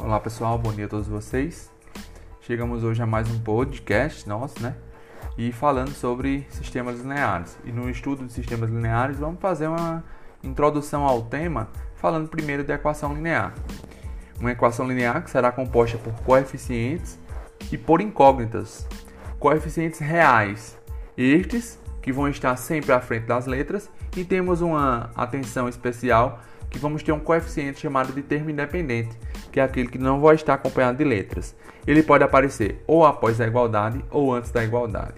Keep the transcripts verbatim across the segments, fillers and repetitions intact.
Olá pessoal, bom dia a todos vocês. Chegamos hoje a mais um podcast nosso, né? E falando sobre sistemas lineares. E no estudo de sistemas lineares vamos fazer uma introdução ao tema, falando primeiro da equação linear. Uma equação linear que será composta por coeficientes e por incógnitas. Coeficientes reais, estes que vão estar sempre à frente das letras, e temos uma atenção especial que vamos ter um coeficiente chamado de termo independente, que é aquele que não vai estar acompanhado de letras. Ele pode aparecer ou após a igualdade ou antes da igualdade.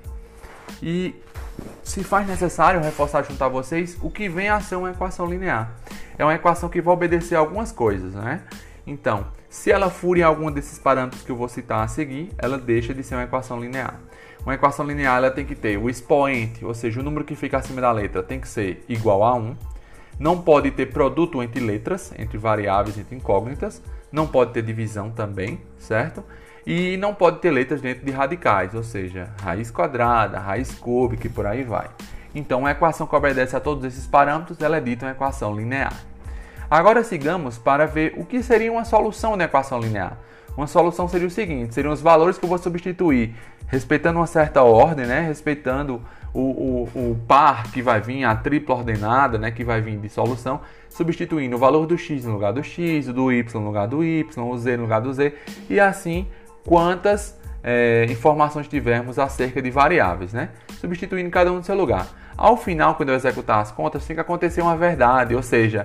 E se faz necessário reforçar junto a vocês o que vem a ser uma equação linear. É uma equação que vai obedecer a algumas coisas, né? Então, se ela for em algum desses parâmetros que eu vou citar a seguir, ela deixa de ser uma equação linear. Uma equação linear ela tem que ter o expoente, ou seja, o número que fica acima da letra tem que ser igual a um. Não pode ter produto entre letras, entre variáveis, entre incógnitas. Não pode ter divisão também, certo? E não pode ter letras dentro de radicais, ou seja, raiz quadrada, raiz cúbica e por aí vai. Então, uma equação que obedece a todos esses parâmetros, ela é dita uma equação linear. Agora sigamos para ver o que seria uma solução da equação linear. Uma solução seria o seguinte, seriam os valores que eu vou substituir, respeitando uma certa ordem, né? Respeitando o, o, o par que vai vir, a tripla ordenada, né? Que vai vir de solução, substituindo o valor do x no lugar do x, o do y no lugar do y, o z no lugar do z, e assim quantas é, informações tivermos acerca de variáveis, né? Substituindo cada um no seu lugar. Ao final, quando eu executar as contas, tem que acontecer uma verdade, ou seja,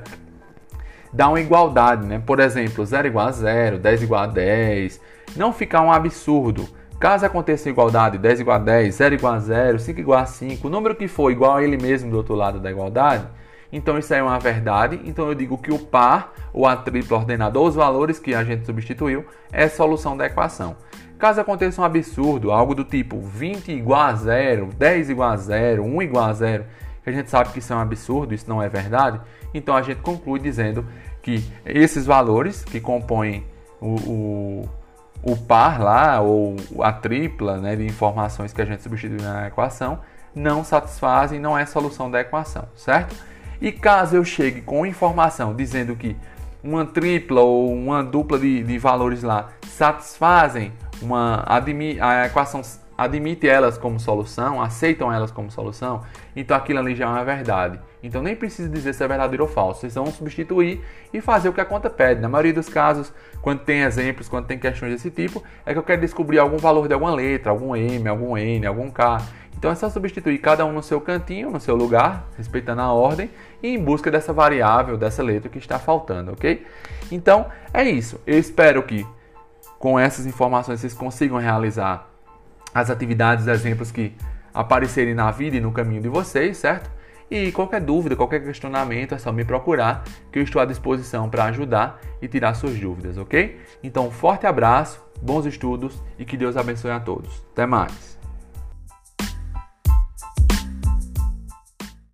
dá uma igualdade, né? Por exemplo, zero igual a zero, dez igual a dez, não ficar um absurdo. Caso aconteça igualdade, dez igual a dez, zero igual a zero, cinco igual a cinco, o número que for igual a ele mesmo do outro lado da igualdade, então isso aí é uma verdade. Então eu digo que o par, ou a tripla ordenada, ou os valores que a gente substituiu, é a solução da equação. Caso aconteça um absurdo, algo do tipo vinte igual a zero, dez igual a zero, um igual a zero, que a gente sabe que isso é um absurdo, isso não é verdade, então a gente conclui dizendo que esses valores que compõem o, o, o par lá, ou a tripla, né, de informações que a gente substitui na equação, não satisfazem, não é solução da equação, certo? E caso eu chegue com informação dizendo que uma tripla ou uma dupla de, de valores lá satisfazem, uma, a equação admite elas como solução, aceitam elas como solução, então aquilo ali já é uma verdade. Então nem precisa dizer se é verdadeiro ou falso, vocês vão substituir e fazer o que a conta pede. Na maioria dos casos, quando tem exemplos, quando tem questões desse tipo, é que eu quero descobrir algum valor de alguma letra, algum M, algum N, algum K. Então é só substituir cada um no seu cantinho, no seu lugar, respeitando a ordem, e em busca dessa variável, dessa letra que está faltando, ok? Então é isso. Eu espero que com essas informações vocês consigam realizar as atividades, exemplos que aparecerem na vida e no caminho de vocês, certo? E qualquer dúvida, qualquer questionamento, é só me procurar, que eu estou à disposição para ajudar e tirar suas dúvidas, ok? Então, um forte abraço, bons estudos e que Deus abençoe a todos. Até mais!